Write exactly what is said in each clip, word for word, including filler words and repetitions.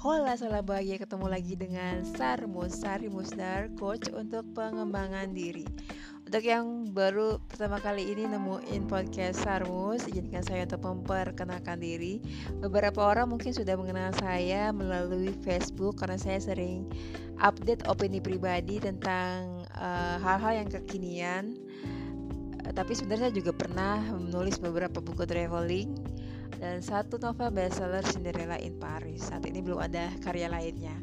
Hola Sola Bahagia, ketemu lagi dengan Sarmus, Sari Musdar, Coach untuk pengembangan diri. Untuk yang baru pertama kali ini nemuin podcast Sarmus, izinkan saya untuk memperkenalkan diri. Beberapa orang mungkin sudah mengenal saya melalui Facebook karena saya sering update opini pribadi tentang uh, hal-hal yang kekinian. Uh, tapi sebenarnya saya juga pernah menulis beberapa buku traveling dan satu novel bestseller Cinderella in Paris. Saat ini belum ada karya lainnya.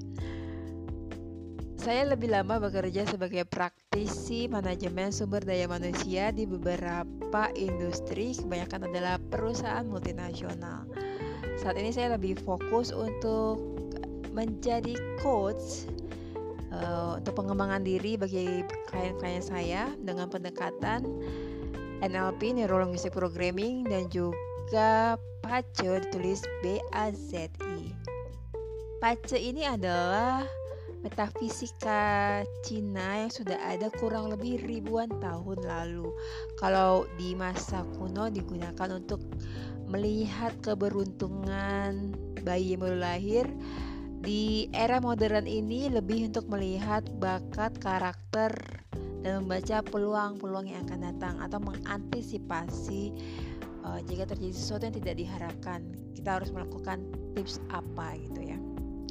Saya lebih lama bekerja sebagai praktisi manajemen sumber daya manusia di beberapa industri, kebanyakan adalah perusahaan multinasional. Saat ini saya lebih fokus untuk menjadi coach uh, untuk pengembangan diri bagi klien-klien saya dengan pendekatan N L P, Neuro Linguistic Programming, dan juga Pace, ditulis B A Z I. Pace ini adalah metafisika Cina yang sudah ada kurang lebih ribuan tahun lalu. Kalau di masa kuno digunakan untuk melihat keberuntungan bayi yang baru lahir. Di era modern ini lebih untuk melihat bakat, karakter, dan membaca peluang-peluang yang akan datang atau mengantisipasi uh, jika terjadi sesuatu yang tidak diharapkan. Kita harus melakukan tips apa gitu ya.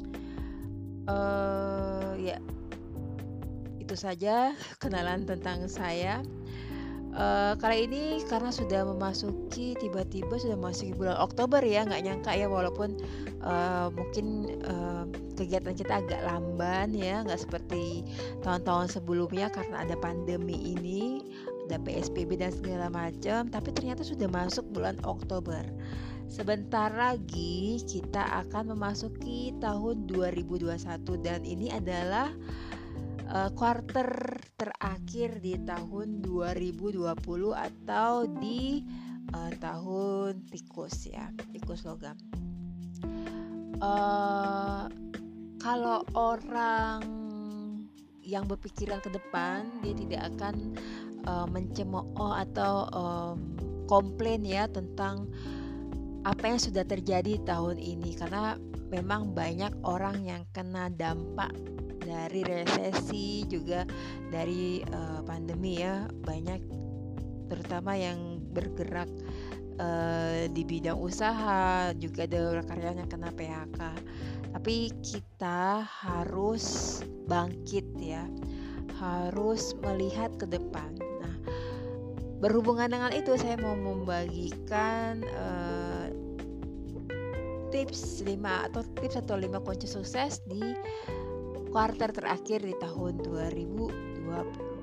Uh, ya itu saja kenalan tentang saya. Uh, kali ini karena sudah memasuki tiba-tiba sudah memasuki bulan Oktober ya, nggak nyangka ya, walaupun uh, mungkin uh, kegiatan kita agak lamban ya, nggak seperti tahun-tahun sebelumnya karena ada pandemi ini, ada P S B B dan segala macam, tapi ternyata sudah masuk bulan Oktober. Sebentar lagi kita akan memasuki tahun dua ribu dua puluh satu dan ini adalah uh, quarter terakhir di tahun dua ribu dua puluh atau di uh, tahun tikus ya, tikus logam. Uh, kalau orang yang berpikiran ke depan, dia tidak akan uh, mencemooh atau um, komplain ya tentang apa yang sudah terjadi tahun ini, karena memang banyak orang yang kena dampak dari resesi juga dari uh, pandemi ya, banyak terutama yang bergerak uh, di bidang usaha, juga ada karyawan yang kena P H K. Tapi kita harus bangkit ya, harus melihat ke depan. Nah, berhubungan dengan itu saya mau membagikan uh, tips lima atau tips atau lima kunci sukses di kuartal terakhir di tahun dua ribu dua puluh.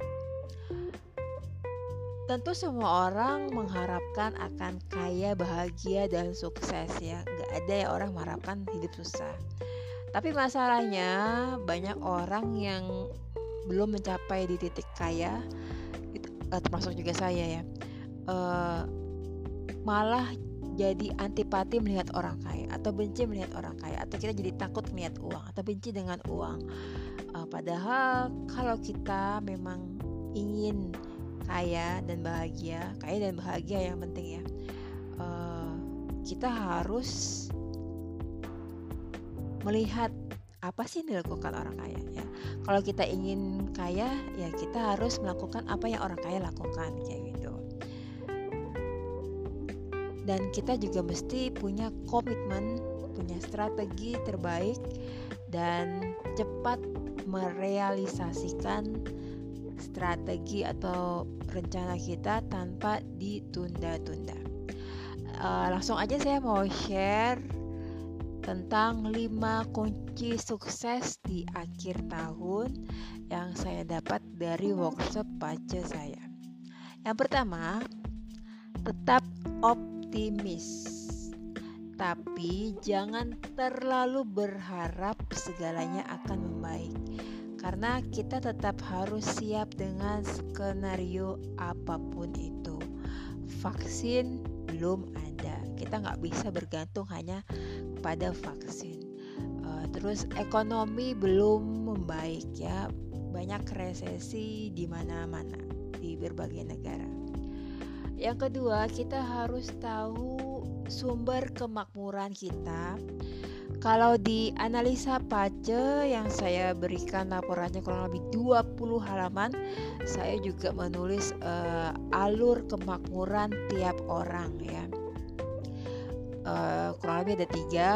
Tentu semua orang mengharapkan akan kaya, bahagia, dan sukses ya. Gak ada ya orang mengharapkan hidup susah. Tapi masalahnya banyak orang yang belum mencapai di titik kaya, itu, uh, termasuk juga saya ya, uh, malah jadi antipati melihat orang kaya atau benci melihat orang kaya, atau kita jadi takut melihat uang atau benci dengan uang. Uh, padahal kalau kita memang ingin kaya dan bahagia, kaya dan bahagia yang penting ya, uh, kita harus melihat apa sih yang dilakukan orang kaya ya. Kalau kita ingin kaya ya kita harus melakukan apa yang orang kaya lakukan kayak gitu. Dan kita juga mesti punya komitmen, punya strategi terbaik dan cepat merealisasikan strategi atau rencana kita tanpa ditunda-tunda. Uh, langsung aja saya mau share tentang lima kunci sukses di akhir tahun yang saya dapat dari workshop Pace saya. Yang pertama, tetap optimis. optimis, tapi jangan terlalu berharap segalanya akan membaik, karena kita tetap harus siap dengan skenario apapun itu. Vaksin belum ada, kita nggak bisa bergantung hanya pada vaksin. Uh, terus ekonomi belum membaik ya, banyak resesi di mana-mana di berbagai negara. Yang kedua, kita harus tahu sumber kemakmuran kita. Kalau di analisa Pace yang saya berikan laporannya kurang lebih dua puluh halaman, saya juga menulis uh, alur kemakmuran tiap orang ya. Uh, kurang lebih ada tiga,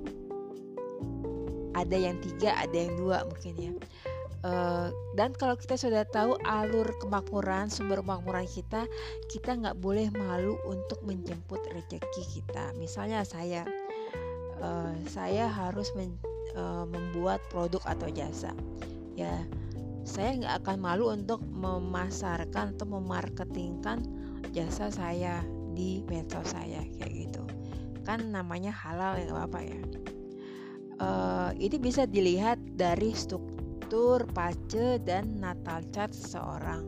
ada yang tiga, ada yang dua mungkin ya. Uh, dan kalau kita sudah tahu alur kemakmuran, sumber kemakmuran kita, kita nggak boleh malu untuk menjemput rezeki kita. Misalnya saya, uh, saya harus men, uh, membuat produk atau jasa, ya, saya nggak akan malu untuk memasarkan atau memarketingkan jasa saya di medsos saya, kayak gitu. Kan namanya halal ya, apa ya? Uh, ini bisa dilihat dari struktur Pace dan natal chart seseorang.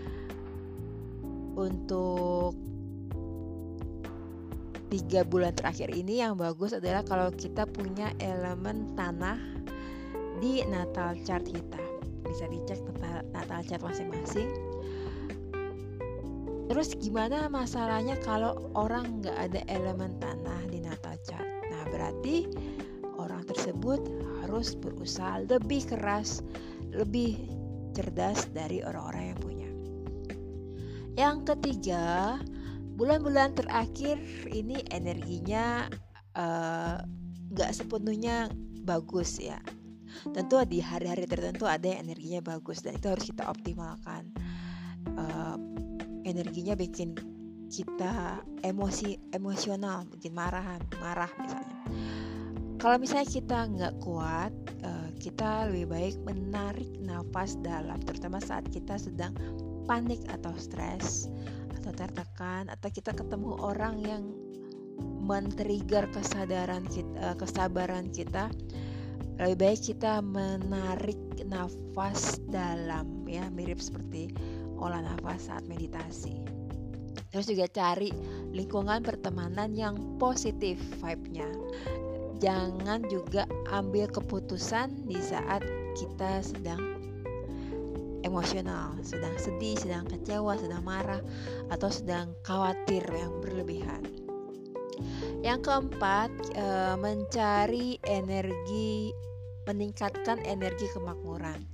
Untuk tiga bulan terakhir ini yang bagus adalah kalau kita punya elemen tanah di natal chart kita. Bisa dicek natal chart masing-masing. Terus gimana masalahnya kalau orang nggak ada elemen tanah di natal chart? Nah, berarti orang tersebut harus berusaha lebih keras, lebih cerdas dari orang-orang yang punya. Yang ketiga, bulan-bulan terakhir ini energinya uh, gak sepenuhnya bagus ya. Tentu di hari-hari tertentu ada yang energinya bagus dan itu harus kita optimalkan. Uh, energinya bikin kita emosi emosional, bikin marahan, marah misalnya. Kalau misalnya kita nggak kuat, uh, kita lebih baik menarik nafas dalam, terutama saat kita sedang panik atau stres atau tertekan, atau kita ketemu orang yang men-trigger kesadaran kita, kesabaran kita. Lebih baik kita menarik nafas dalam, ya, mirip seperti olah nafas saat meditasi. Terus juga cari lingkungan pertemanan yang positif vibe-nya. Jangan juga ambil keputusan di saat kita sedang emosional, sedang sedih, sedang kecewa, sedang marah, atau sedang khawatir yang berlebihan. Yang keempat, e, mencari energi, meningkatkan energi kemakmuran.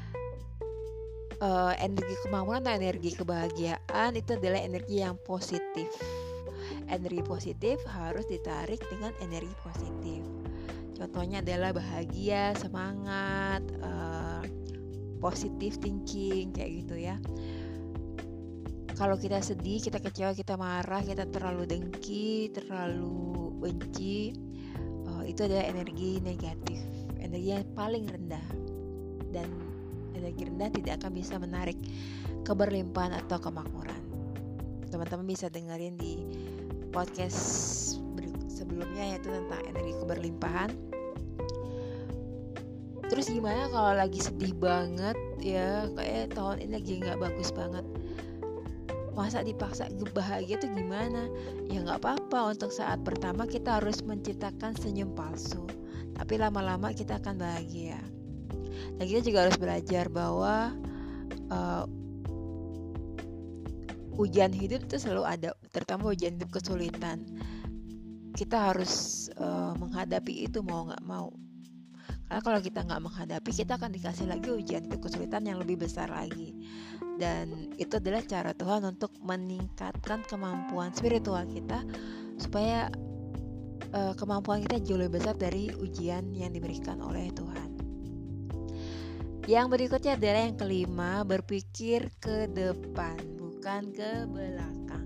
E, energi kemakmuran atau energi kebahagiaan itu adalah energi yang positif. Energi positif harus ditarik dengan energi positif. Contohnya adalah bahagia, semangat, uh, positive thinking, kayak gitu ya. Kalau kita sedih, kita kecewa, kita marah, kita terlalu dengki, terlalu benci, uh, itu adalah energi negatif, energi yang paling rendah. Dan energi rendah tidak akan bisa menarik keberlimpahan atau kemakmuran. Teman-teman bisa dengerin di podcast sebelumnya, yaitu tentang energi keberlimpahan. Terus gimana kalau lagi sedih banget ya, kayak tahun ini lagi gak bagus banget, masa dipaksa bahagia tuh gimana? Ya gak apa-apa, untuk saat pertama kita harus menciptakan senyum palsu, tapi lama-lama kita akan bahagia. Dan kita juga harus belajar bahwa uh, ujian hidup itu selalu ada, terutama ujian hidup kesulitan. Kita harus uh, menghadapi itu mau nggak mau. Karena kalau kita nggak menghadapi, kita akan dikasih lagi ujian hidup kesulitan yang lebih besar lagi. Dan itu adalah cara Tuhan untuk meningkatkan kemampuan spiritual kita, supaya uh, kemampuan kita jauh lebih besar dari ujian yang diberikan oleh Tuhan. Yang berikutnya adalah yang kelima, berpikir ke depan, bukan ke belakang.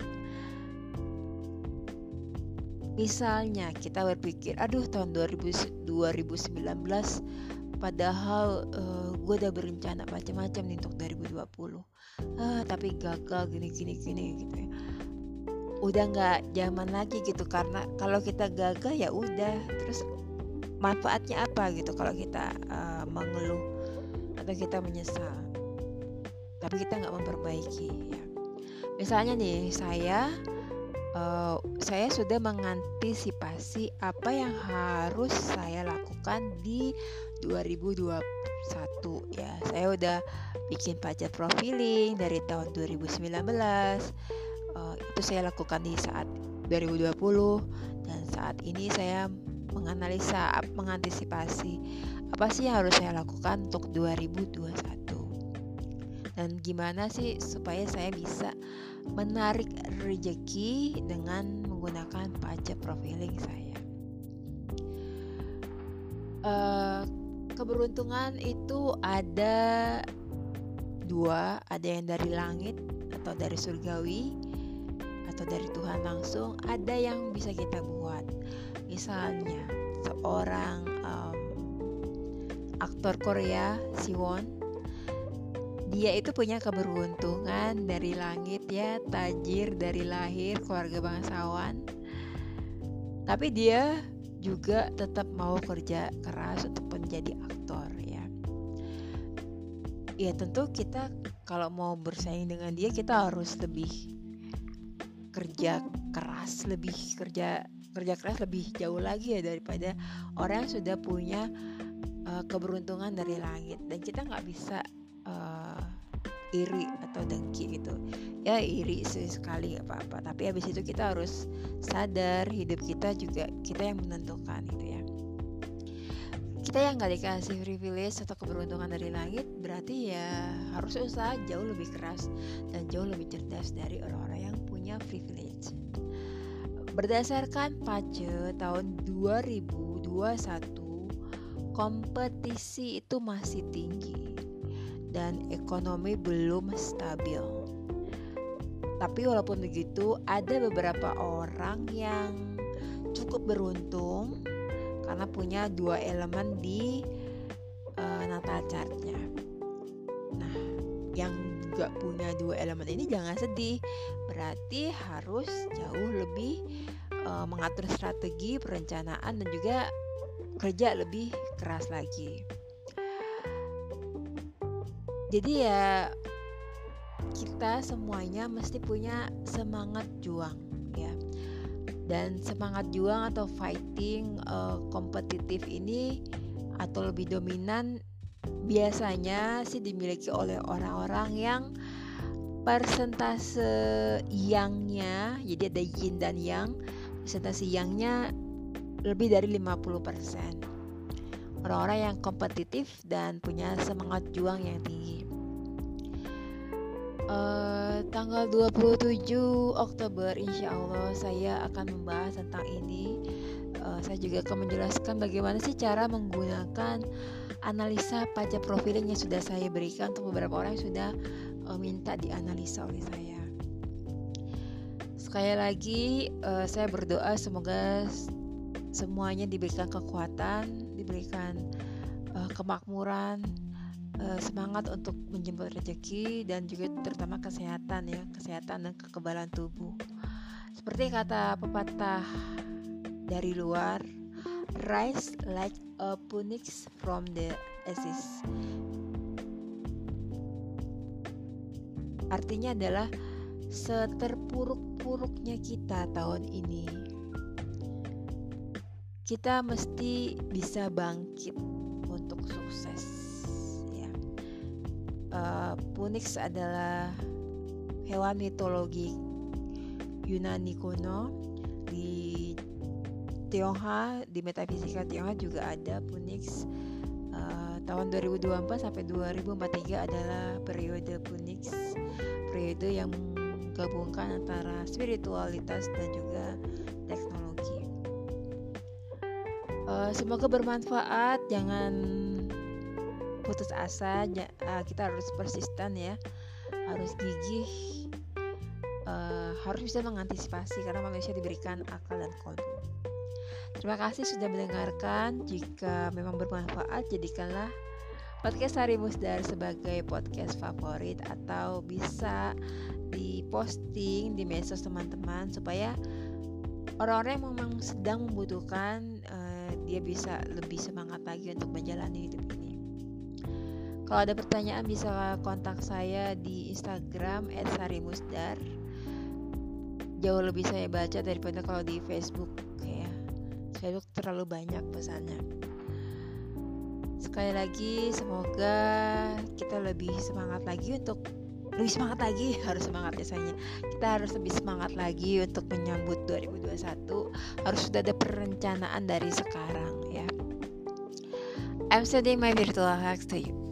Misalnya kita berpikir, aduh tahun dua ribu sembilan belas padahal uh, gue udah berencana macam-macam nih untuk dua ribu dua puluh, ah, tapi gagal gini gini gini gitu ya. Udah nggak zaman lagi gitu, karena kalau kita gagal ya udah, terus manfaatnya apa gitu kalau kita uh, mengeluh atau kita menyesal tapi kita nggak memperbaiki ya. Misalnya nih, saya uh, saya sudah mengantisipasi apa yang harus saya lakukan di dua ribu dua puluh satu ya. Saya udah bikin pajak profiling dari tahun dua ribu sembilan belas. Uh, itu saya lakukan di saat dua ribu dua puluh, dan saat ini saya menganalisa, mengantisipasi apa sih yang harus saya lakukan untuk dua ribu dua puluh satu. Dan gimana sih supaya saya bisa menarik rezeki dengan menggunakan pajak profiling saya. Uh, keberuntungan itu ada dua, ada yang dari langit atau dari surgawi atau dari Tuhan langsung, ada yang bisa kita buat. Misalnya seorang um, aktor Korea, Siwon, dia itu punya keberuntungan dari langit ya, tajir dari lahir, keluarga bangsawan. Tapi dia juga tetap mau kerja keras untuk menjadi aktor ya. Ya tentu kita kalau mau bersaing dengan dia, kita harus lebih kerja keras, lebih kerja kerja keras lebih jauh lagi ya daripada orang yang sudah punya uh, keberuntungan dari langit. Dan kita nggak bisa uh, iri atau dengki gitu. Ya iri sekali nggak apa-apa. Tapi habis itu kita harus sadar hidup kita juga kita yang menentukan gitu ya. Kita yang nggak dikasih privilege atau keberuntungan dari langit, berarti ya harus usaha jauh lebih keras dan jauh lebih cerdas dari orang-orang yang punya privilege. Berdasarkan Pace tahun dua ribu dua puluh satu, kompetisi itu masih tinggi dan ekonomi belum stabil. Tapi walaupun begitu, ada beberapa orang yang cukup beruntung karena punya dua elemen di uh, natal chartnya. Nah, yang gak punya dua elemen ini jangan sedih, berarti harus jauh lebih uh, mengatur strategi, perencanaan dan juga kerja lebih keras lagi. Jadi ya kita semuanya mesti punya semangat juang ya. Dan semangat juang atau fighting uh, kompetitif ini atau lebih dominan biasanya sih dimiliki oleh orang-orang yang persentase yangnya, jadi ada yin dan yang, persentase yangnya lebih dari lima puluh persen. Orang-orang yang kompetitif dan punya semangat juang yang tinggi. Uh, tanggal dua puluh tujuh Oktober insya Allah saya akan membahas tentang ini. Uh, saya juga akan menjelaskan bagaimana sih cara menggunakan analisa pajak profiling yang sudah saya berikan untuk beberapa orang yang sudah uh, minta dianalisa oleh saya. Sekali lagi uh, saya berdoa semoga semuanya diberikan kekuatan, diberikan uh, kemakmuran, uh, semangat untuk menjemput rezeki dan juga terutama kesehatan ya, kesehatan dan kekebalan tubuh. Seperti kata pepatah dari luar, rise like a phoenix from the ashes. Artinya adalah seterpuruk-puruknya kita tahun ini, kita mesti bisa bangkit untuk sukses ya. Uh, Phoenix adalah hewan mitologi Yunani kuno. Di Tionghoa, di metafisika Tionghoa juga ada Phoenix. Uh, tahun dua ribu dua puluh empat sampai dua ribu empat puluh tiga adalah periode Phoenix, periode yang menggabungkan antara spiritualitas dan juga teknologi. Uh, semoga bermanfaat, jangan putus asa, j- uh, kita harus persisten ya, harus gigih, uh, harus bisa mengantisipasi karena manusia diberikan akal dan kolbu. Terima kasih sudah mendengarkan. Jika memang bermanfaat, jadikanlah podcast Sari Musdar sebagai podcast favorit atau bisa diposting di medsos teman-teman supaya orang-orang yang memang sedang membutuhkan uh, dia bisa lebih semangat lagi untuk menjalani hidup ini. Kalau ada pertanyaan bisa kontak saya di Instagram et sari musdar. Jauh lebih saya baca daripada kalau di Facebook ya. Facebook terlalu banyak pesannya. Sekali lagi semoga kita lebih semangat lagi untuk lebih semangat lagi, harus semangat rasanya. Kita harus lebih semangat lagi untuk menyambut dua ribu dua puluh satu. Harus sudah ada perencanaan dari sekarang ya. I'm sending my virtual hugs to you.